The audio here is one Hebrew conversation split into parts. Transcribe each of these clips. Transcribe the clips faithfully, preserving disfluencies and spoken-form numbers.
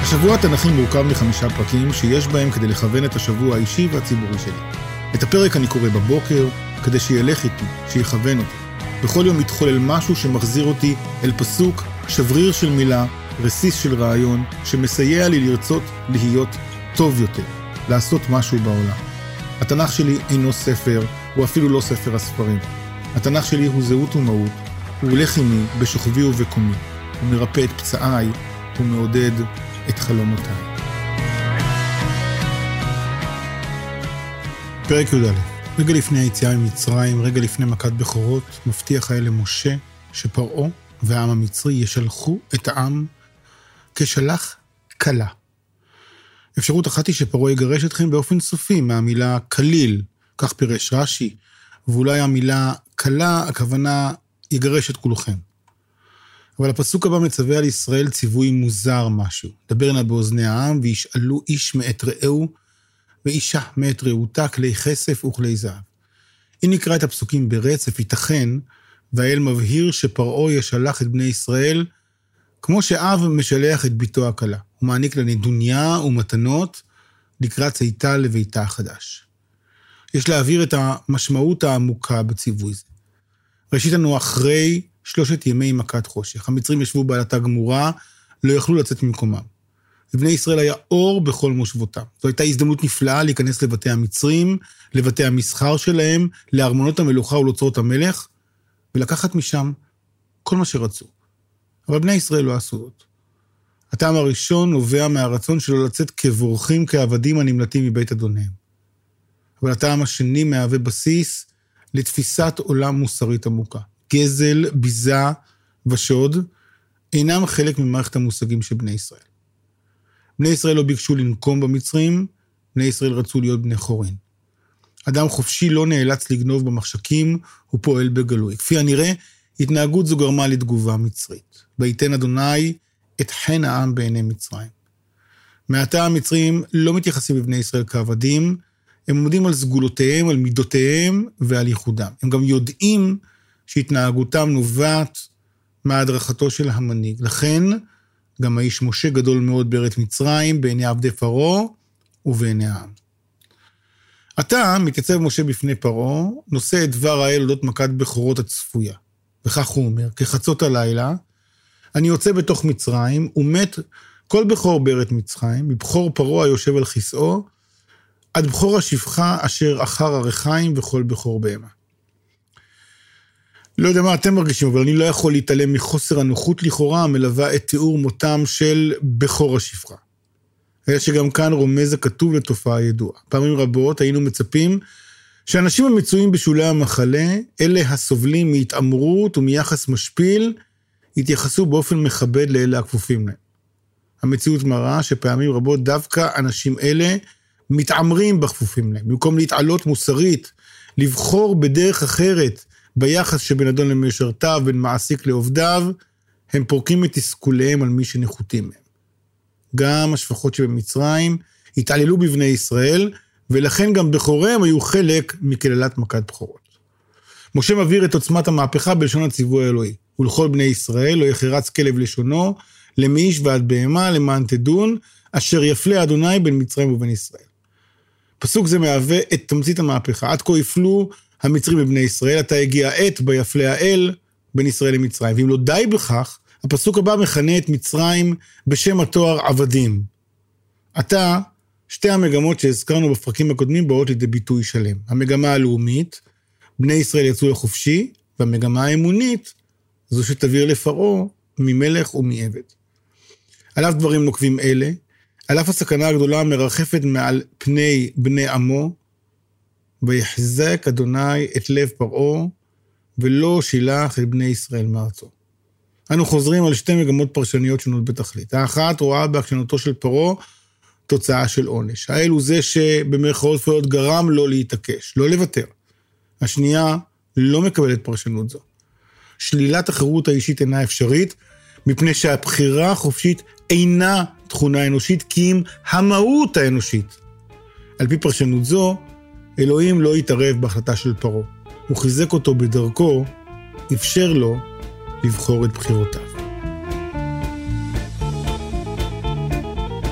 השבוע התנ"כי מורכב מחמישה פרקים שיש בהם כדי לכוון את השבוע האישי והציבורי שלי. את הפרק אני קורא בבוקר כדי שילך איתי, שיכוון אותי. בכל יום מתחולל משהו שמחזיר אותי אל פסוק, שבריר של מילה, רסיס של רעיון, שמסייע לי לרצות להיות טוב יותר, לעשות משהו בעולם. התנ"ך שלי אינו ספר, הוא אפילו לא ספר הספרים. התנ"ך שלי הוא זהות ומהות, הוא הולך עימי בשוכבי ובקומי, הוא מרפא את פצעיי, הוא מעודד את חלומותיי. פרק י"א. רגע לפני היציאה ממצרים, רגע לפני מכת בכורות, מבטיח האל למשה שפרעה והעם המצרי ישלחו את העם כשלח קלה. אפשרות אחת היא שפרעה יגרש אתכם באופן סופי מהמילה כליל, כך פירש רש"י, ואולי המילה קלה, הכוונה יגרש את כולכם. אבל הפסוק הבא מצווה על ישראל ציווי מוזר משהו. דבר נא באוזני העם וישאלו איש מאת רעהו ואישה מאת רעותה כלי כסף וכלי זהב. אם נקרא את הפסוקים ברצף, ייתכן והאל מבהיר שפרעה ישלח את בני ישראל כמו שאב משלח את ביתו הקלה. הוא מעניק לה נדוניה ומתנות לקראת צאתה לביתה החדש. יש להעביר את המשמעות העמוקה בציווי זה. ראשית לנו אחרי שלושת ימי מכת חושך. המצרים ישבו בעלתה גמורה, לא יכלו לצאת ממקומם. לבני ישראל היה אור בכל מושבותם. זו הייתה הזדמנות נפלאה להיכנס לבתי המצרים, לבתי המסחר שלהם, לארמונות המלוכה ולאוצרות המלך, ולקחת משם כל מה שרצו. אבל בני ישראל לא עשו זאת. הטעם הראשון נובע מהרצון שלו לצאת כבורחים, כעבדים הנמלטים מבית אדוניהם. אבל הטעם השני מהווה בסיס לתפיסת עולם מוסרית עמוקה. גזל, ביזה ושוד אינם חלק ממערכת המושגים של בני ישראל. בני ישראל לא ביקשו לנקום במצרים, בני ישראל רצו להיות בני חורין. אדם חופשי לא נאלץ לגנוב במחשכים, הוא פועל בגלוי. כפי הנראה, התנהגות זו גרמה לתגובה מצרית. ויתן אדוני את חן העם בעיני מצרים. מעתה המצרים לא מתייחסים לבני ישראל כעבדים, הם עומדים על סגולותיהם, על מידותיהם ועל ייחודם. הם גם יודעים שהתנהגותם נובעת מהדרכתו של המנהיג. לכן, גם האיש משה גדול מאוד בארץ מצרים, בעיני עבדי פרעה ובעיני העם. עתה מתייצב משה בפני פרעה, נושא את דבר האל אודות מכת בכורות הצפויה. וכך הוא אומר, כחצות הלילה, אני יוצא בתוך מצרים, ומת כל בכור בארץ מצרים, מבכור פרעה היושב על כיסאו, עד בכור השפחה אשר אחר הרחיים וכל בכור בהמה. לא יודע מה אתם מרגישים, אבל אני לא יכול להתעלם מחוסר הנוחות לכאורה, המלווה את תיאור מותם של בכור השפחה. היה שגם כאן רומז הכתוב לתופעה ידועה. פעמים רבות היינו מצפים שאנשים המצויים בשולי המחלה, אלה הסובלים מהתאמרות ומיחס משפיל, יתייחסו באופן מכבד לאלה הכפופים להם. המציאות מראה שפעמים רבות דווקא אנשים אלה מתעמרים בכפופים להם. במקום להתעלות מוסרית, לבחור בדרך אחרת, ביחס שבין אדון למשרתיו, בין מעסיק לעובדיו, הם פורקים את תסכוליהם על מי שנחותים מהם. גם השפחות שבמצרים התעללו בבני ישראל, ולכן גם בכוריהם היו חלק מכללת מכת בכורות. משה מבהיר את עוצמת המהפכה בלשון הציווי האלוהי. ולכל בני ישראל לא יחרץ כלב לשונו, למאיש ועד בהמה, למען תדון, אשר יפלה אדוני בין מצרים ובין ישראל. פסוק זה מהווה את תמצית המהפכה. עד כה יפלו המצרים בבני ישראל, עתה הגיע העת ביפלה האל בין ישראל למצרים. ואם לא די בכך, הפסוק הבא מכנה את מצרים בשם התואר עבדים. עתה, שתי המגמות שהזכרנו בפרקים הקודמים באות לידי ביטוי שלם. המגמה הלאומית, בני ישראל יצאו לחופשי, והמגמה האמונית, זו שתביר לפרעה ממלך ומעבד. על אף דברים נוקבים אלה, על אף הסכנה הגדולה מרחפת מעל פני בני עמו, ויחזק אדוני את לב פרעה, ולא שילח את בני ישראל מארצו. אנו חוזרים על שתי מגמות פרשניות שונות בתכלית. האחת רואה בעקשנותו של פרעה תוצאה של עונש. האל הוא זה שבמרכאות כפולות גרם לו להתעקש, לא לוותר. השנייה לא מקבלת פרשנות זו. שלילת החירות האישית אינה אפשרית, מפני שהבחירה החופשית אינה תכונה אנושית, כי אם המהות האנושית. על פי פרשנות זו, אלוהים לא יתערב בהחלטה של פרעה. הוא חיזק אותו בדרכו, אפשר לו לבחור את בחירותיו.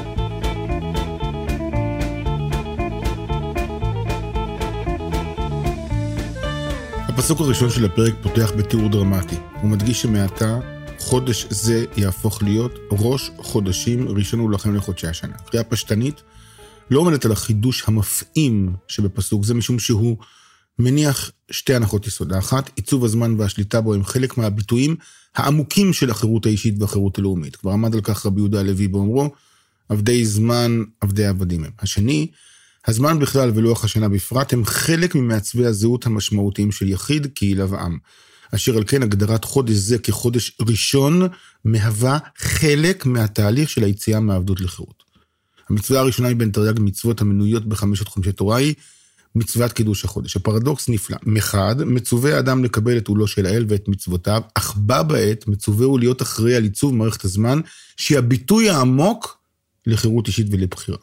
הפסוק הראשון של הפרק פותח בתיאור דרמטי. הוא מדגיש שמעתה חודש זה יהפוך להיות ראש חודשים ראשון ולכם לחודשי השנה. קריאה פשטנית לא עומדת על החידוש המפעים שבפסוק זה, משום שהוא מניח שתי הנחות יסוד. האחת, עיצוב הזמן והשליטה בו הם חלק מהביטויים העמוקים של החירות האישית והחירות הלאומית. כבר עמד על כך רבי יהודה הלוי באומרו, עבדי זמן, עבדי עבדים הם. השני, הזמן בכלל ולוח השנה בפרט הם חלק ממעצבי הזהות המשמעותיים של יחיד, קהילה ועם. אשר על כן הגדרת חודש זה כחודש ראשון מהווה חלק מהתהליך של היציאה מהעבדות לחירות. המצווה הראשונה מבין תרי"ג מצוות המנויות בחמשת חומשי תורה היא מצוות קידוש החודש. הפרדוקס נפלא. מחד, מצווה האדם לקבל את עולו של האל ואת מצוותיו, אך בה בעת מצווה הוא להיות אחראי על עיצוב מערכת הזמן, שהיא הביטוי העמוק לחירות אישית ולבחירה.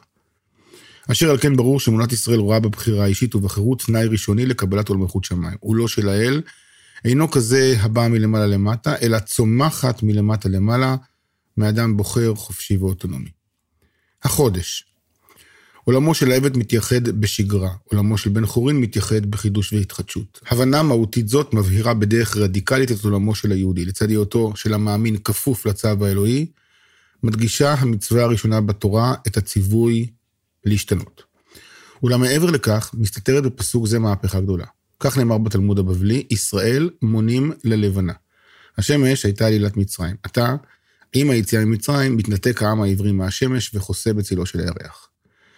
אשר על כן ברור שאמונת ישראל רואה בבחירה האישית ובחירות תנאי ראשוני לקבלת עול מלכות שמיים. עולו של האל אינו כזה הבא מלמעלה למטה, אלא צומחת מלמטה למעלה, מאדם בוחר, חופשי ואוטונומי. החודש. עולמו של העבד מתייחד בשגרה, עולמו של בן חורין מתייחד בחידוש והתחדשות. הבנה מהותית זאת מבהירה בדרך רדיקלית את עולמו של היהודי, לצד היותו של המאמין כפוף לצו האלוהי, מדגישה המצווה הראשונה בתורה את הציווי להשתנות. אולם מעבר לכך, מסתתרת בפסוק זה מהפכה גדולה. כך נאמר בתלמוד הבבלי, ישראל מונים ללבנה. השמש הייתה עלילת מצרים. עתה, עם היציאה ממצרים, מתנתק העם העברי מהשמש וחוסה בצילו של הירח.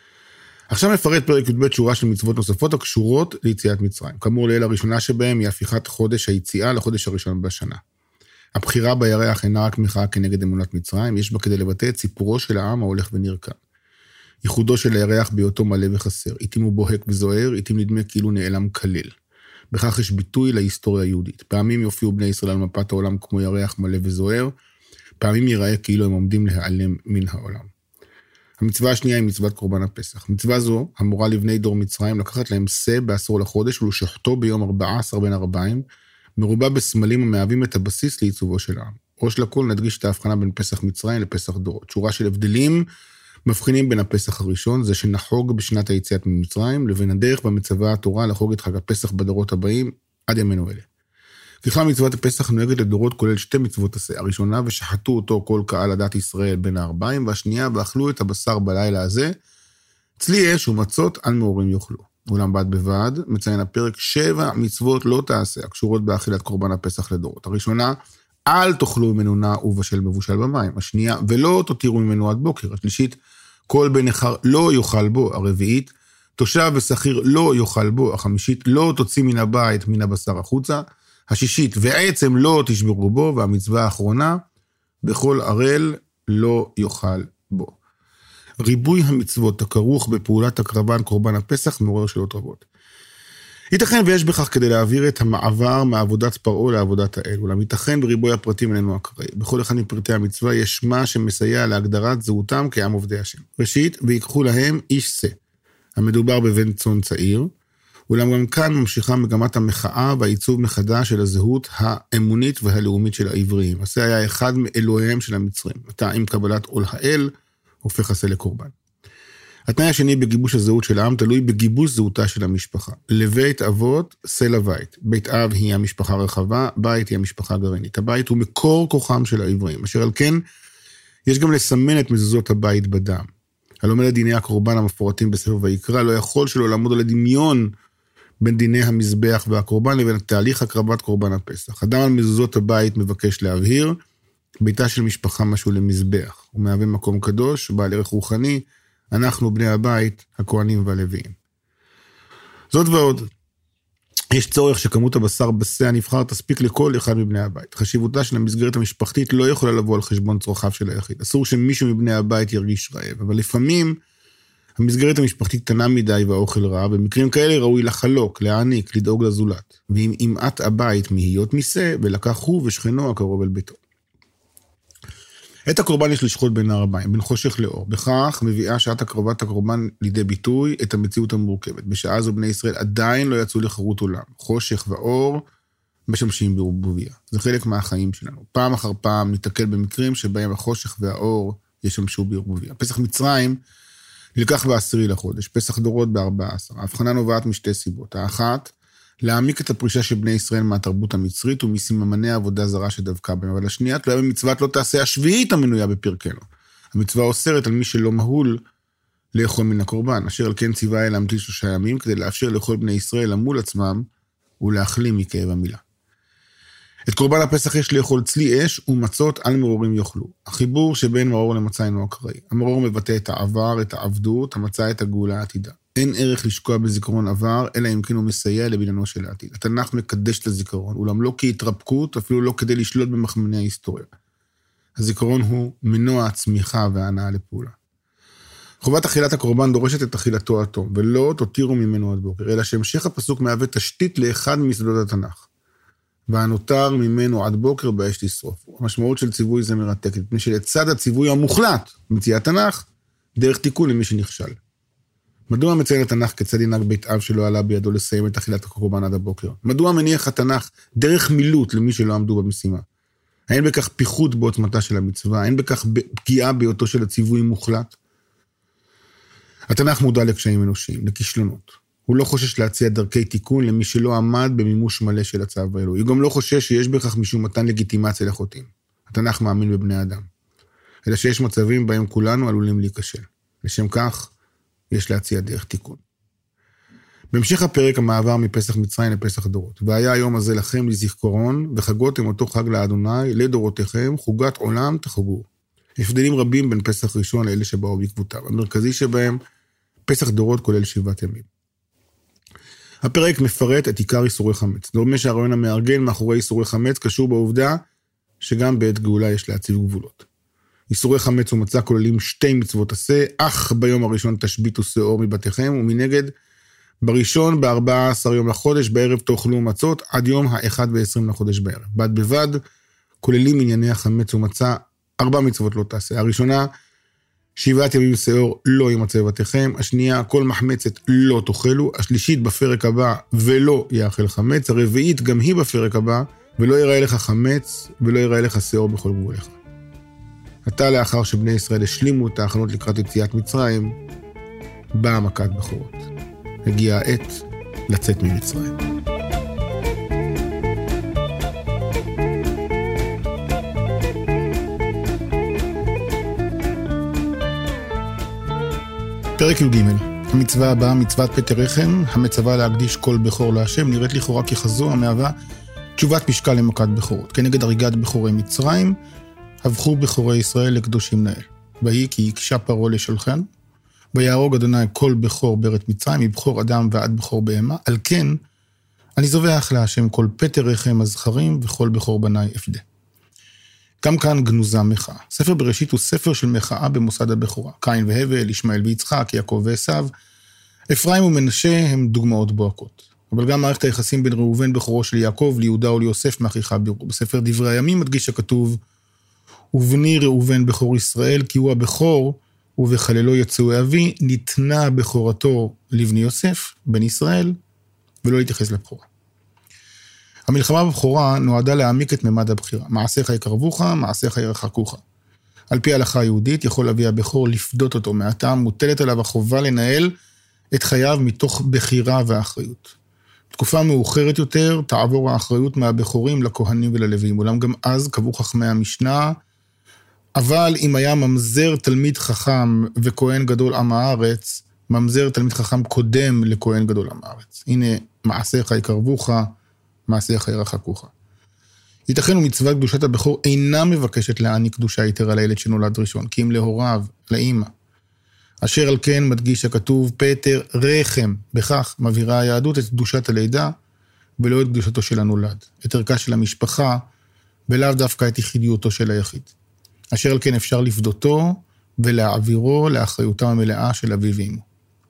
עכשיו נפרט פרק י"ב שורה של מצוות נוספות הקשורות ליציאת מצרים. כאמור לעיל הראשונה שבהם היא הפיכת חודש היציאה לחודש הראשון בשנה. הבחירה בירח אינה רק מחאה כנגד אמונת מצרים, יש בה כדי לבטא את סיפורו של העם ההולך ונרקם. ייחודו של הירח בהיותו מלא וחסר, עתים הוא בוהק וזוהר, עתים נדמה כאילו נעלם כליל. בכך יש ביטוי להיסטוריה היהודית. פעמים יופיעו בני ישראל על מפת העולם כמו ירח מלא וזוהר, פעמים ייראה כאילו הם עומדים להיעלם מן העולם. המצווה השנייה היא מצוות קורבן הפסח. מצווה זו אמורה לבני דור מצרים לקחת להם שא בעשור לחודש ולשחטו ביום ארבעה עשר בין ארבעים, מרובה בסמלים המהווים את הבסיס לעיצובו של העם. ראש לכל נדגיש את ההבחנה בין פסח מצרים לפסח דורות. שורה של הבדלים מבחינים בין הפסח הראשון, זה שנחוג בשנת היציאת ממצרים, לבין הדרך במצווה התורה לחוג את חג הפסח בדורות הבאים עד ימינו אלה. ככלל מצוות הפסח נוהגת לדורות כולל שתי מצוות עשה. הראשונה, ושחטו אותו כל קהל עדת ישראל בין הארבעים, והשנייה, ואכלו את הבשר בלילה הזה, צלי אש ומצות על מאורים יאכלו. אולם בד בבד, מציין הפרק שבע מצוות לא תעשה, הקשורות באכילת קורבן הפסח לדורות. הראשונה, אל תאכלו ממנו נע ובשל מבושל במים. השנייה, ולא תותירו ממנו עד בוקר. השלישית, כל בן נחר לא יאכל בו. הרביעית, תושב ושכיר לא יאכל בו. החמישית, לא תוציא מן הבית מן הבשר החוצה. השישית, ועצם לא תשברו בו. והמצווה האחרונה, בכל ערל לא יאכל בו. ריבוי המצוות הכרוך בפעולת הקרבן קורבן הפסח מעורר שאלות רבות. ייתכן ויש בכך כדי להעביר את המעבר מעבודת פרעה לעבודת האל, אולם ייתכן בריבוי הפרטים איננו אקראי. בכל אחד מפרטי המצווה יש מה שמסייע להגדרת זהותם כעם עובדי השם. ראשית, ויקחו להם איש שא. המדובר בבן צאן צעיר, אולם גם כאן ממשיכה מגמת המחאה והעיצוב מחדש של הזהות האמונית והלאומית של העבריים. השא היה אחד מאלוהיהם של המצרים. עתה עם קבלת עול האל, הופך השא לקורבן. התנאי השני בגיבוש הזהות של העם תלוי בגיבוש זהותה של המשפחה. לבית אבות, שא לבית. בית אב היא המשפחה רחבה, בית היא המשפחה גרעינית. הבית הוא מקור כוחם של העברים, אשר על כן יש גם לסמן את מזוזות הבית בדם. הלומד את דיני הקורבן המפורטים בספר ויקרא, לא יכול שלא לעמוד על הדמיון בין דיני המזבח והקורבן לבין תהליך הקרבת קורבן הפסח. אדם על מזוזות הבית מבקש להבהיר, ביתה של משפחה משהו למזבח. הוא מהווה מקום קדוש, בעל ערך רוחני, אנחנו בני הבית, הכהנים והלוויים. זאת ועוד, יש צורך שכמות הבשר בשא הנבחר תספיק לכל אחד מבני הבית. חשיבותה של המסגרת המשפחתית לא יכולה לבוא על חשבון צרכיו של היחיד. אסור שמישהו מבני הבית ירגיש רעב, אבל לפעמים המסגרת המשפחתית קטנה מדי והאוכל רע, במקרים כאלה ראוי לחלוק, להעניק, לדאוג לזולת. ואם ימעט הבית מהיות משא, ולקח הוא ושכנו הקרוב אל ביתו. את הקורבן יש לשחוט בין הארבעים, בין חושך לאור. בכך מביאה שעת הקרבת הקורבן לידי ביטוי את המציאות המורכבת. בשעה זו בני ישראל עדיין לא יצאו לחירות עולם. חושך ואור משמשים בערבוביה. זה חלק מהחיים שלנו. פעם אחר פעם ניתקל במקרים שבהם החושך והאור ישמשו בערבוביה. פסח מצרים נלקח בעשירי לחודש, פסח דורות בארבע עשר. ההבחנה נובעת משתי סיבות. האחת, להעמיק את הפרישה של בני ישראל מהתרבות המצרית ומסממני העבודה זרה שדבקה בהם, אבל השנייה תלויה במצוות לא תעשה השביעית המנויה בפרקנו. המצווה אוסרת על מי שלא מהול לאכול מן הקורבן, אשר על כן ציווה היה להמתין שלושה ימים, כדי לאפשר לכל בני ישראל למול עצמם ולהחלים מכאב המילה. את קורבן הפסח יש לאכול צלי אש ומצות על מרורים יאכלו. החיבור שבין מרור למצה אינו אקראי. המרור מבטא את העבר, את העבדות, המצה את הגאולה העתידה. אין ערך לשקוע בזיכרון עבר, אלא אם כן הוא מסייע לבניינו של העתיד. התנ"ך מקדש את הזיכרון, אולם לא כהתרפקות, אפילו לא כדי לשלוט במחמני ההיסטוריה. הזיכרון הוא מנוע הצמיחה וההנאה לפעולה. חובת אכילת הקורבן דורשת את אכילתו עד תום, ולא תותירו ממנו עד בוקר, אלא שהמשך הפסוק מהווה תשתית לאחד מיסודות התנ"ך. והנותר ממנו עד בוקר באש תשרופו. המשמעות של ציווי זה מרתקת, מפני שלצד הציווי המוחלט, מציאת תנ"ך, דרך תיקון למי שנכשל. מדוע מציין התנ"ך כיצד ינהג בית אב שלא עלה בידו לסיים את אכילת הקורבן עד הבוקר? מדוע מניח התנ"ך דרך מילוט למי שלא עמדו במשימה? אין בכך פיחות בעוצמתה של המצווה, אין בכך פגיעה בהיותו של הציווי מוחלט. התנ"ך מודע לקשיים אנושיים, לכישלונות. הוא לא חושש להציע דרכי תיקון למי שלא עמד במימוש מלא של הצו האלוהי. הוא גם לא חושש שיש בכך משום מתן לגיטימציה לחוטאים. התנ"ך מאמין בבני אדם. אלא שיש מצבים בהם כולנו עלולים להיכשל. לשם כך, יש להציע דרך תיקון. בהמשך הפרק המעבר מפסח מצרים לפסח דורות. והיה היום הזה לכם לזכרון, וחגותם אותו חג לאדוני, לדורותיכם, חוגת עולם תחגו. הבדלים רבים בין פסח ראשון לאלה שבאו בעקבותיו. המרכזי שבהם, פסח דורות כולל שבעת ימים. הפרק מפרט את עיקר איסורי חמץ. דומה שהרעיון המארגן מאחורי איסורי חמץ קשור בעובדה שגם בעת גאולה יש להציב גבולות. איסורי חמץ ומצה כוללים שתי מצוות עשה, אך ביום הראשון תשביתו שאור מבתיכם, ומנגד בראשון ב-ארבעה עשר יום לחודש בערב תאכלו מצות עד יום ה-אחד ועשרים לחודש בערב. בד בבד כוללים ענייני החמץ ומצה ארבע מצוות לא תעשה. הראשונה, שבעת ימים שאור לא ימצא בבתיכם, השנייה, כל מחמצת לא תאכלו, השלישית בפרק הבא ולא יאכל חמץ, הרביעית גם היא בפרק הבא, ולא יראה לך חמץ ולא יראה לך שאור בכל גבולך. עתה לאחר שבני ישראל השלימו את ההכנות לקראת יציאת מצרים, באה מכת בכורות. הגיעה העת לצאת ממצרים. פרק י"ג, המצווה הבאה, מצוות פטר רחם, המצווה להקדיש כל בכור להשם, נראית לכאורה ככזו המהווה תשובת משקל למכת בכורות. כנגד הריגת בכורי מצרים, הפכו בכורי ישראל לקדושים נאל. ויהי כי יקשה פרעה לשולחן, ויהרוג אדוני כל בכור בארץ מצרים, מבכור אדם ועד בכור בהמה, על כן אני זובח להשם כל פטר רחם הזכרים וכל בכור בניי אפדה. גם כאן גנוזה מחאה. ספר בראשית הוא ספר של מחאה במוסד הבכורה. קין והבל, ישמעאל ויצחק, יעקב ועשיו. אפרים ומנשה הם דוגמאות בוהקות. אבל גם מערכת היחסים בין ראובן בכורו של יעקב ליהודה וליוסף מאחיכה בירו. בספר דברי הימים מדגיש הכתוב, ובני ראובן בכור ישראל, כי הוא הבכור, ובחללו יצאו אבי, ניתנה בכורתו לבני יוסף, בן ישראל, ולא להתייחס לבכורה. המלחמה בבכורה נועדה להעמיק את ממד הבחירה. מעשיך יקרבוך, מעשיך ירחקוך. על פי ההלכה היהודית יכול אבי הבכור לפדות אותו מהטעם, מוטלת עליו החובה לנהל את חייו מתוך בחירה ואחריות. תקופה מאוחרת יותר תעבור האחריות מהבכורים לכהנים וללוויים, אולם גם אז קבעו חכמי המשנה, אבל אם היה ממזר תלמיד חכם וכהן גדול עם הארץ, ממזר תלמיד חכם קודם לכהן גדול עם הארץ. הנה מעשיך יקרבוך, מעשיך ירחקוך. ייתכן ומצוות קדושת הבכור אינה מבקשת להעניק קדושה יתרה לילד שנולד ראשון, כי אם להוריו, לאמא. אשר על כן מדגיש הכתוב פטר רחם, בכך מבהירה היהדות את קדושת הלידה, ולא את קדושתו של הנולד, את ערכה של המשפחה, ולאו דווקא את יחידיותו של היחיד. אשר על כן אפשר לפדותו ולהעבירו לאחריותם המלאה של אביו ואמו.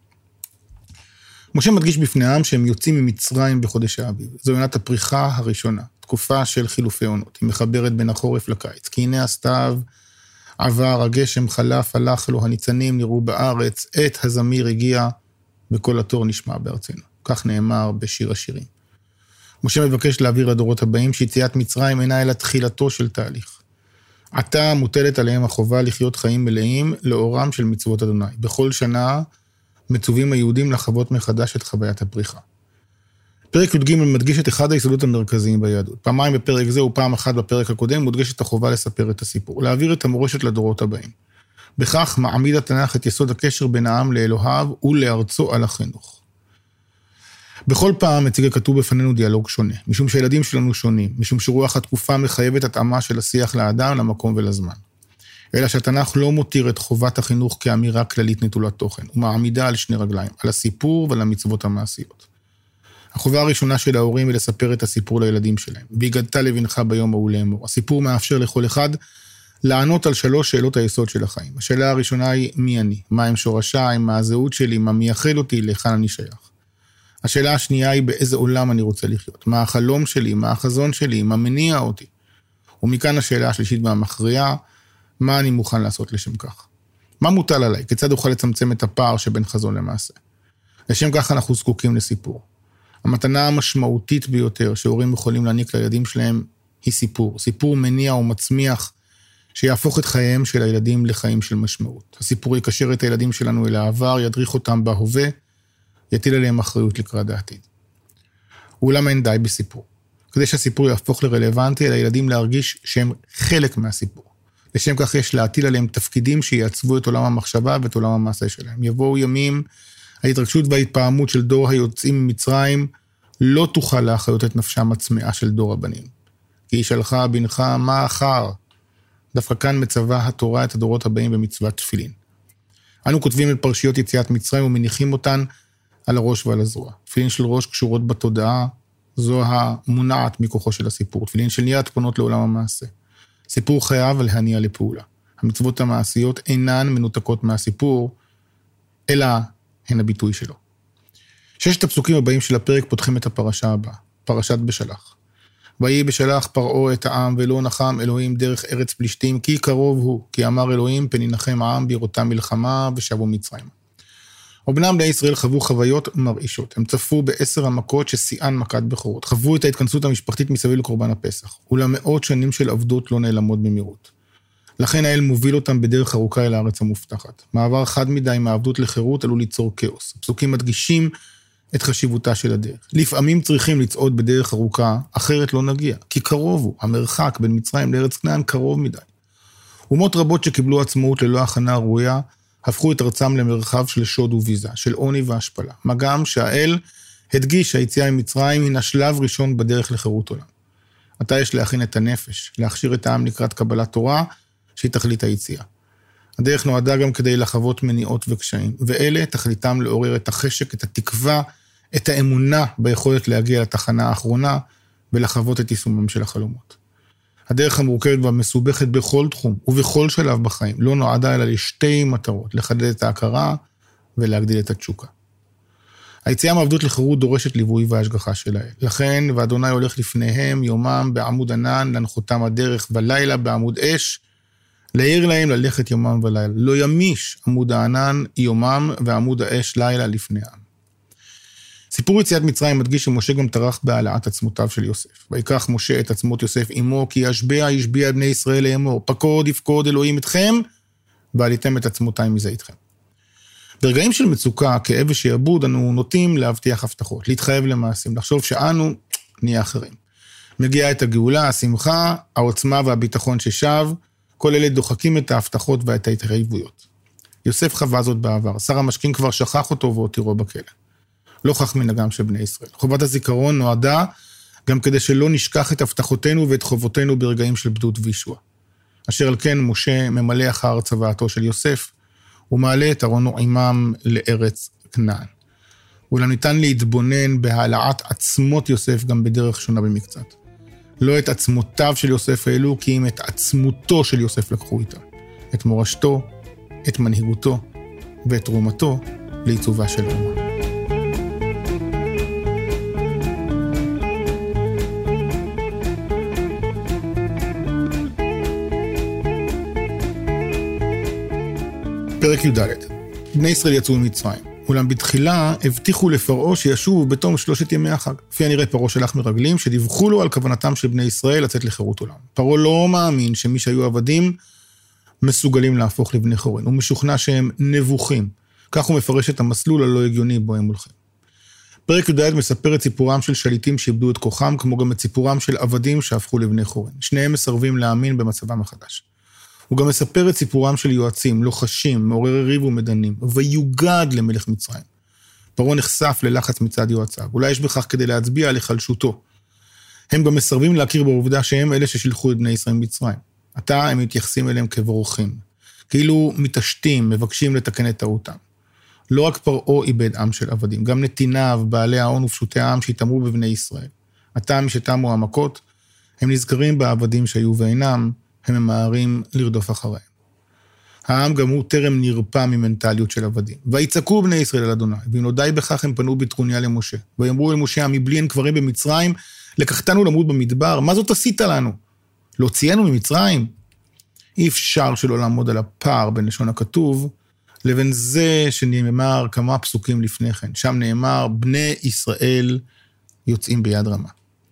משה מדגיש בפני העם שהם יוצאים ממצרים בחודש האביב. זו עונת הפריחה הראשונה, תקופה של חילופי עונות. היא מחברת בין החורף לקיץ. כי הנה הסתיו עבר, הגשם חלף, הלך לו, הניצנים נראו בארץ, עת הזמיר הגיע, וכל התור נשמע בארצנו. כך נאמר בשיר השירים. משה מבקש להעביר לדורות הבאים שיציאת מצרים אינה אלא תחילתו של תהליך. עתה מוטלת עליהם החובה לחיות חיים מלאים לאורם של מצוות אדוני. בכל שנה מצווים היהודים לחוות מחדש את חוויית הפריחה. פרק י"ג מדגיש את אחד היסודות המרכזיים ביהדות. פעמיים בפרק זה ופעם אחת בפרק הקודם מודגשת החובה לספר את הסיפור, להעביר את המורשת לדורות הבאים. בכך מעמיד התנ"ך את יסוד הקשר בין העם לאלוהיו ולארצו על החינוך. בכל פעם מציג הכתוב בפנינו דיאלוג שונה, משום שהילדים שלנו שונים, משום שרוח התקופה מחייבת התאמה של השיח לאדם, למקום ולזמן. אלא שהתנ"ך לא מותיר את חובת החינוך כאמירה כללית נטולת תוכן, ומעמידה על שני רגליים, על הסיפור ועל המצוות המעשיות. החובה הראשונה של ההורים היא לספר את הסיפור לילדים שלהם. והגדת לבנך ביום ההוא לאמור. הסיפור מאפשר לכל אחד לענות על שלוש שאלות היסוד של החיים. השאלה הראשונה היא מי אני, מה הם שורשיי, מה הזהות שלי, מה מייחד אותי, להיכן אני שייך. השאלה השנייה היא באיזה עולם אני רוצה לחיות, מה החלום שלי, מה החזון שלי, מה מניע אותי. ומכאן השאלה השלישית והמכריעה, מה אני מוכן לעשות לשם כך. מה מוטל עליי? כיצד אוכל לצמצם את הפער שבין חזון למעשה? לשם כך אנחנו זקוקים לסיפור. המתנה המשמעותית ביותר שהורים יכולים להעניק לילדים שלהם היא סיפור. סיפור מניע ומצמיח שיהפוך את חייהם של הילדים לחיים של משמעות. הסיפור יקשר את הילדים שלנו אל העבר, ידריך אותם בהווה, יטיל עליהם אחריות לקראת העתיד. אולם אין די בסיפור. כדי שהסיפור יהפוך לרלוונטי, על הילדים להרגיש שהם חלק מהסיפור. לשם כך יש להטיל עליהם תפקידים שיעצבו את עולם המחשבה ואת עולם המעשה שלהם. יבואו ימים, ההתרגשות וההתפעמות של דור היוצאים ממצרים לא תוכל להחיות את נפשם הצמאה של דור הבנים. כי ישאלך בנך מה אחר? דווקא כאן מצווה התורה את הדורות הבאים במצוות תפילין. אנו כותבים את פרשיות יציאת מצרים ומניחים אותן על הראש ועל הזרוע. תפילין של ראש קשורות בתודעה, זו המונעת מכוחו של הסיפור. תפילין של יד פונות לעולם המעשה. סיפור חייב להניע לפעולה. המצוות המעשיות אינן מנותקות מהסיפור, אלא הן הביטוי שלו. ששת הפסוקים הבאים של הפרק פותחים את הפרשה הבאה, פרשת בשלח. ויהי בשלח פרעה את העם ולא נחם אלוהים דרך ארץ פלישתים, כי קרוב הוא, כי אמר אלוהים פן ינחם העם בראותם מלחמה ושבו מצרים. ובני בני ישראל חוו חוויות מרעישות, הם צפו בעשר המכות ששיאן מכת בכורות, חוו את ההתכנסות המשפחתית מסביב לקורבן הפסח, ולמאות שנים של עבדות לא נעלמות במהירות. לכן האל מוביל אותם בדרך ארוכה אל הארץ המובטחת. מעבר חד מדי מהעבדות לחירות עלול ליצור כאוס. הפסוקים מדגישים את חשיבותה של הדרך. לפעמים צריכים לצעוד בדרך ארוכה, אחרת לא נגיע, כי קרוב הוא, המרחק בין מצרים לארץ כנען קרוב מדי. אומות רבות שקיבלו עצמאות ללא הכנה ראויה, הפכו את ארצם למרחב של שוד וביזה, של עוני והשפלה. מה גם שהאל הדגיש שהיציאה ממצרים הינה שלב ראשון בדרך לחירות עולם. עתה יש להכין את הנפש, להכשיר את העם לקראת קבלת תורה, שהיא תכלית היציאה. הדרך נועדה גם כדי לחוות מניעות וקשיים, ואלה תכליתם לעורר את החשק, את התקווה, את האמונה ביכולת להגיע לתחנה האחרונה, ולחוות את יישומם של החלומות. הדרך המורכבת והמסובכת בכל תחום, ובכל שלב בחיים, לא נועדה אלא לשתי מטרות, לחדד את ההכרה ולהגדיל את התשוקה. היציאה מעבדות לחירות דורשת ליווי והשגחה שלהם. לכן, ואדוני הולך לפניהם יומם בעמוד ענן, להנחותם הדרך ולילה בעמוד אש, להעיר להם ללכת יומם ולילה. לא ימיש עמוד הענן יומם ועמוד האש לילה לפני העם. סיפור יציאת מצרים מדגיש שמשה גם טרח בהעלאת עצמותיו של יוסף. ויקח משה את עצמות יוסף עמו, כי ישביע ישביע בני ישראל לאמור, פקוד יפקוד אלוהים אתכם, ועליתם את עצמותיים מזה איתכם. ברגעים של מצוקה, כאב ושיעבוד, אנו נוטים להבטיח הבטחות, להתחייב למעשים, לחשוב שאנו נהיה אחרים. מגיעה את הגאולה, השמחה, העוצמה והביטחון ששב, כל אלה דוחקים את ההבטחות ואת ההתחייבויות. יוסף חווה זאת בעבר, שר המשכין כבר שכח אותו והותירו בכלא. לא כך מנהגם של בני ישראל. חובת הזיכרון נועדה גם כדי שלא נשכח את הבטחותינו ואת חובותינו ברגעים של בדות וישוע. אשר על כן משה ממלא אחר צוואתו של יוסף, ומעלה את ארונו עמם לארץ כנען. אולם ניתן להתבונן בהעלאת עצמות יוסף גם בדרך שונה במקצת. לא את עצמותיו של יוסף העלו, כי אם את עצמותו של יוסף לקחו איתה. את מורשתו, את מנהיגותו ואת תרומתו לעיצובה של האומה. פרק י"ד. בני ישראל יצאו ממצרים, אולם בתחילה הבטיחו לפרעה שישובו בתום שלושת ימי החג. לפי הנראה פרעה שלח מרגלים שדיווחו לו על כוונתם של בני ישראל לצאת לחירות עולם. פרעה לא מאמין שמי שהיו עבדים מסוגלים להפוך לבני חורין. הוא משוכנע שהם נבוכים. כך הוא מפרש את המסלול הלא הגיוני בו הם הולכים. פרק י"ד מספר את סיפורם של שליטים שאיבדו את כוחם, כמו גם את סיפורם של עבדים שהפכו לבני חורין. שניהם מסרבים להאמין במצבם החדש. הוא גם מספר את סיפורם של יועצים, לוחשים, מעוררי ריב ומדנים, ויוגד למלך מצרים. פרעה נחשף ללחץ מצד יועציו. אולי יש בכך כדי להצביע על החלשותו. הם גם מסרבים להכיר בעובדה שהם אלה ששילחו את בני ישראל ממצרים. עתה הם מתייחסים אליהם כבורחים. כאילו מתעשתים, מבקשים לתקן את טעותם. לא רק פרעה איבד עם של עבדים, גם נתיניו, בעלי ההון ופשוטי העם שהתאמרו בבני ישראל. עתה משתמו המכות, הם נזכרים בעבדים שהיו ואינם, הם ממהרים לרדוף אחריהם. העם גם הוא טרם נרפא ממנטליות של עבדים. ויצעקו בני ישראל על אדוני, ואם לא די בכך הם פנו בטרוניה למשה. ויאמרו אל משה, מבלי אין קברים במצרים, לקחתנו למות במדבר, מה זאת עשית לנו? להוציאנו ממצרים? אי אפשר שלא לעמוד על הפער בין לשון הכתוב, לבין זה שנאמר כמה פסוקים לפני כן. שם נאמר, בני ישראל יוצאים ביד רמה.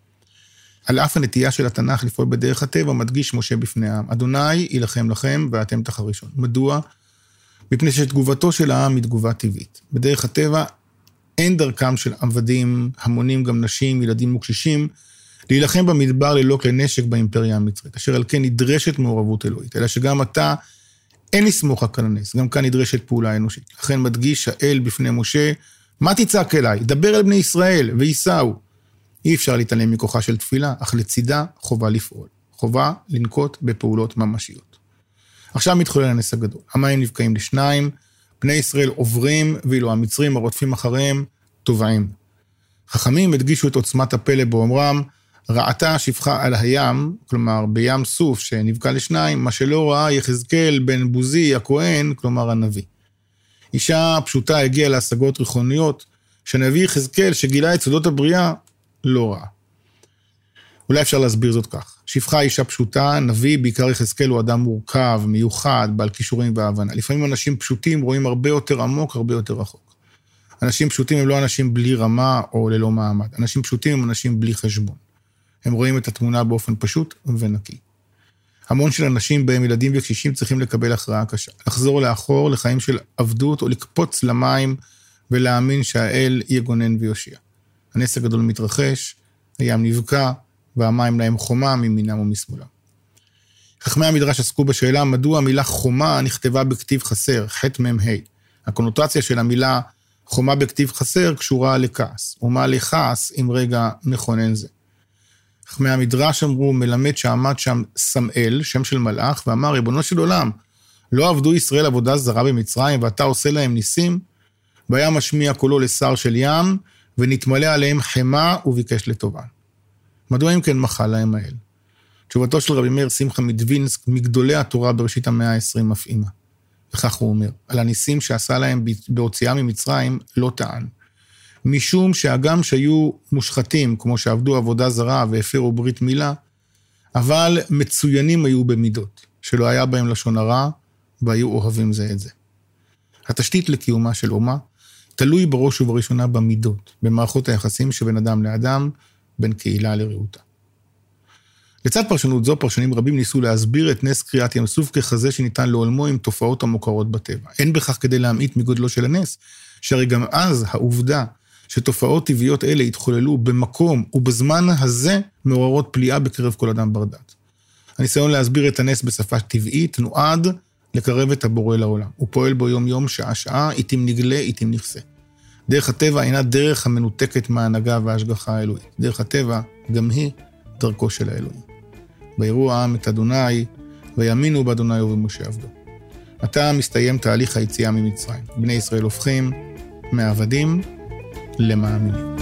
על אף הנטייה של התנ"ך לפעול בדרך הטבע, מדגיש משה בפני העם. אדוני ילחם לכם ואתם תחרישון. מדוע? מפני שתגובתו של העם היא תגובה טבעית. בדרך הטבע אין דרכם של עבדים, המונים גם נשים, ילדים וקשישים, להילחם במדבר ללא כלי נשק באימפריה המצרית, אשר על כן נדרשת מעורבות אלוהית, אלא שגם אתה אין לסמוך רק על הנס, גם כאן נדרשת פעולה אנושית. לכן מדגיש האל בפני משה, מה תצעק אליי? דבר אל בני ישראל וייסעו. אי אפשר להתעלם מכוחה של תפילה, אך לצידה חובה לפעול. חובה לנקוט בפעולות ממשיות. עכשיו מתחולל הנס הגדול. המים נבקעים לשניים, בני ישראל עוברים, ואילו המצרים הרודפים אחריהם טובעים. חכמים הדגישו את עוצמת הפלא באומרם, ראתה שפחה על הים, כלומר בים סוף שנבקע לשניים, מה שלא ראה יחזקאל בן בוזי הכהן, כלומר הנביא. אישה פשוטה הגיעה להשגות ריחוניות, שנביא יחזקאל שגילה את סודות הבריאה, לא ראה. אולי אפשר להסביר זאת כך. שפחה אישה פשוטה, נביא, בעיקר יחזקאל הוא אדם מורכב, מיוחד, בעל כישורים והבנה. לפעמים אנשים פשוטים רואים הרבה יותר עמוק, הרבה יותר רחוק. אנשים פשוטים הם לא אנשים בלי רמה או ללא מעמד. אנשים פשוטים הם אנשים בלי חשבון. הם רואים את התמונה באופן פשוט ונקי. המון של אנשים בהם ילדים וקשישים צריכים לקבל הכרעה קשה. לחזור לאחור לחיים של עבדות או לקפוץ למים ולהאמין שהאל יגונן ויושיע. הנס הגדול מתרחש, הים נבקע, והמים להם חומה ממינם ומשמאלם. חכמי המדרש עסקו בשאלה מדוע המילה חומה נכתבה בכתיב חסר, ח' מ' ה'. הקונוטציה של המילה חומה בכתיב חסר קשורה לכעס, ומה לכעס עם רגע מכונן זה. חכמי המדרש אמרו, מלמד שעמד שם סמאל, שם של מלאך, ואמר, ריבונו של עולם, לא עבדו ישראל עבודה זרה במצרים, ואתה עושה להם ניסים? והיה משמיע קולו לשר של ים, ונתמלא עליהם חמה וביקש לטובן. מדוע אם כן מחל להם האל? תשובתו של רבי מאיר שמחה מדווינסק, מגדולי התורה בראשית המאה ה-עשרים מפעימה. וכך הוא אומר, על הניסים שעשה להם בהוציאה ממצרים לא טען. משום שהגם שהיו מושחתים, כמו שעבדו עבודה זרה והפרו ברית מילה, אבל מצוינים היו במידות, שלא היה בהם לשון הרע, והיו אוהבים זה את זה. התשתית לקיומה של אומה, תלוי בראש ובראשונה במידות, במערכות היחסים שבין אדם לאדם, בין קהילה לרעותה. לצד פרשנות זו, פרשנים רבים ניסו להסביר את נס קריאת ים סוף ככזה שניתן לעולמו עם תופעות המוכרות בטבע. אין בכך כדי להמעיט מגודלו של הנס, שהרי גם אז העובדה שתופעות טבעיות אלה התחוללו במקום ובזמן הזה מעוררות פליאה בקרב כל אדם בר דעת. הניסיון להסביר את הנס בשפה טבעית נועד לקרב את הבורא לעולם. הוא פועל בו יום יום, שעה שעה, איתים נגלה, איתים נכסה. דרך הטבע אינה דרך המנותקת מההנהגה וההשגחה האלוהית. דרך הטבע גם היא דרכו של האלוהים. ויראו העם את אדוני, ויאמינו באדוני ובמשה עבדו. עתה מסתיים תהליך היציאה ממצרים. בני ישראל הופכים מעבדים למאמינים.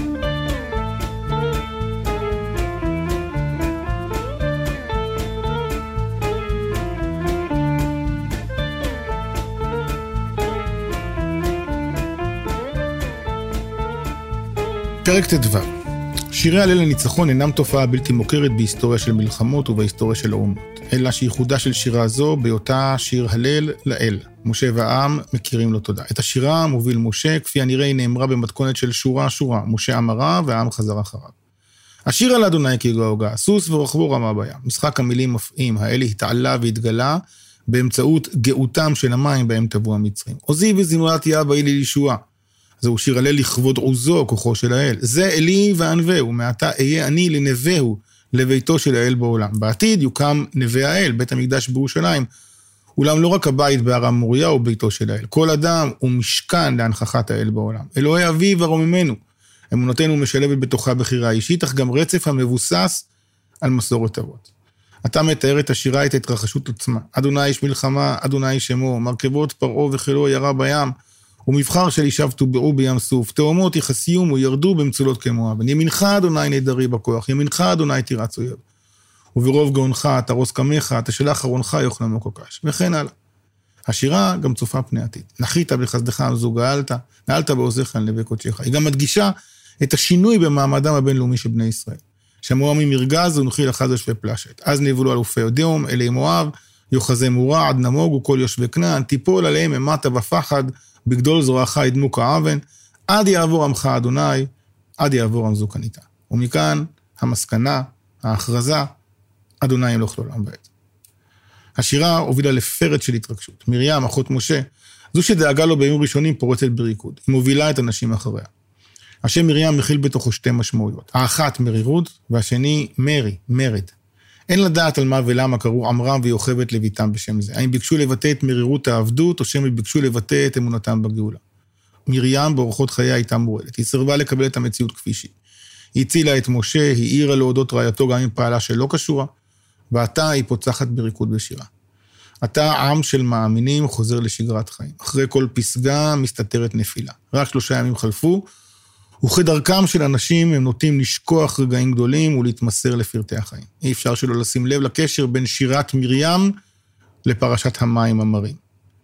פרק ט"ו. שירי הלל לניצחון אינם תופעה בלתי מוכרת בהיסטוריה של מלחמות ובהיסטוריה של האומות, אלא שייחודה של שירה זו בהיותה שיר הלל לאל. משה והעם מכירים לו תודה. את השירה מוביל משה, כפי הנראה היא נאמרה במתכונת של שורה שורה. משה אמרה והעם חזר אחריו. השיר על אדוני כי גאו גא, סוס ורוכבו רמה בים. משחק המילים מפעים, האל התעלה והתגלה באמצעות גאותם של המים בהם טבעו המצרים. עוזי וזמרת יהב ויהי לישועה. זהו שיר הלל לכבוד עוזו, כוחו של האל. זה אלי וענווהו, מעתה אהיה אני לנווהו, לביתו של האל בעולם. בעתיד יוקם נווה האל, בית המקדש בירושלים, אולם לא רק הבית בהר המוריה הוא ביתו של האל. כל אדם הוא משכן להנכחת האל בעולם. אלוהי אביו ורוממנו. אמונתנו משלבת בתוכה בחירה אישית, אך גם רצף המבוסס על מסורת אבות. אתה מתאר את השירה את התרחשות עצמה. אדוני איש מלחמה, אדוני שמו, מרכבות פרעה וחילו ירה בים, ומבחר של ישב טובעו בים סוף, תאומות יחסיום וירדו במצולות כמואב. ימינך אדוני נדרי בכוח, ימינך אדוני תירץ אויב. וברוב גאונך תרוס קמך, תשלח ארונך יוחננו קוקש, וכן הלאה. השירה גם צופה פני עתיד. נחית בחסדך המזו גאלת, נעלת בעוזך על נווה קודשך. היא גם מדגישה את השינוי במעמדם הבינלאומי של בני ישראל. שמואב ממרגז ונחיל אחד יושבי פלשת. אז נבלו אלופי אדום, אלי מואב, יוחזי מורה, עד נמוג וכל יושבי כנען, תיפול עליהם ממטה ופחד, בגדול זרועך ידמו כאבן, עד יעבור עמך אדוני, עד יעבור עמזו קניתה. ומכאן המסקנה, ההכרזה, אדוני ימלוך לעולם ועד. השירה הובילה לפרץ של התרגשות. מרים, אחות משה, זו שדאגה לו בימים ראשונים פורצת בריקוד. היא מובילה את הנשים אחריה. השם מרים מכיל בתוכו שתי משמעויות. האחת מרירות, והשני מרי, מרד. אין לדעת על מה ולמה קראו עמרם ויוכבת לביתם בשם זה. האם ביקשו לבטא את מרירות העבדות, או שהם ביקשו לבטא את אמונתם בגאולה. מרים באורחות חייה הייתה מורדת. היא סרבה לקבל את המציאות כפי שהיא. היא הצילה את משה, היא העירה להודות רעייתו גם עם פעלה שלא קשורה, ועתה היא פוצחת בריקוד בשירה. עתה עם של מאמינים חוזר לשגרת חיים. אחרי כל פסגה מסתתרת נפילה. רק שלושה ימים חלפו, וכדרכם של אנשים הם נוטים לשכוח רגעים גדולים ולהתמסר לפרטי החיים. אי אפשר שלא לשים לב לקשר בין שירת מרים לפרשת המים המרים.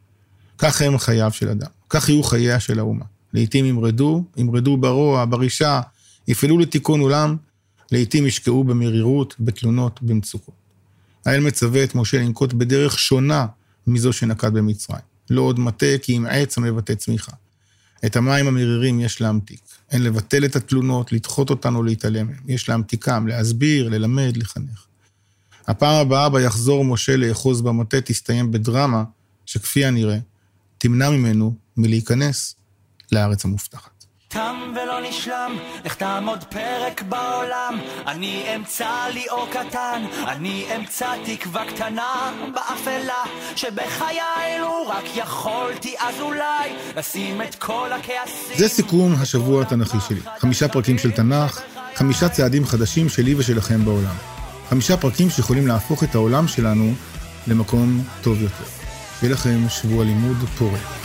כך הם חייו של אדם. כך יהיו חייה של האומה. לעתים ימרדו, ימרדו ברוע, ברישה, יפעלו לתיקון עולם, לעתים ישקעו במרירות, בתלונות, במצוקות. האל מצווה את משה לנקוט בדרך שונה מזו שנקט במצרים. לא עוד מטה כי עם עץ המבטא צמיחה. את המים המרירים יש להמתיק. אין לבטל את התלונות, לדחות אותן או להתעלם מהם. יש להמתיקם, להסביר, ללמד, לחנך. הפעם הבאה בה יחזור משה לאחוז במטה תסתיים בדרמה שכפי הנראה תמנע ממנו מלהיכנס לארץ המובטחת. תם ולא נשלם, לך תעמוד פרק בעולם, אני אמצא לי אור קטן, אני אמצא תקווה קטנה באפלה, שבחיי אלו רק יכולתי אז אולי לשים את כל הכעסים. זה סיכום השבוע התנ"כי שלי. חמישה פרקים של תנ"ך, חמישה צעדים חדשים שלי ושלכם בעולם. חמישה פרקים שיכולים להפוך את העולם שלנו למקום טוב יותר. שיהיה לכם שבוע לימוד פורה.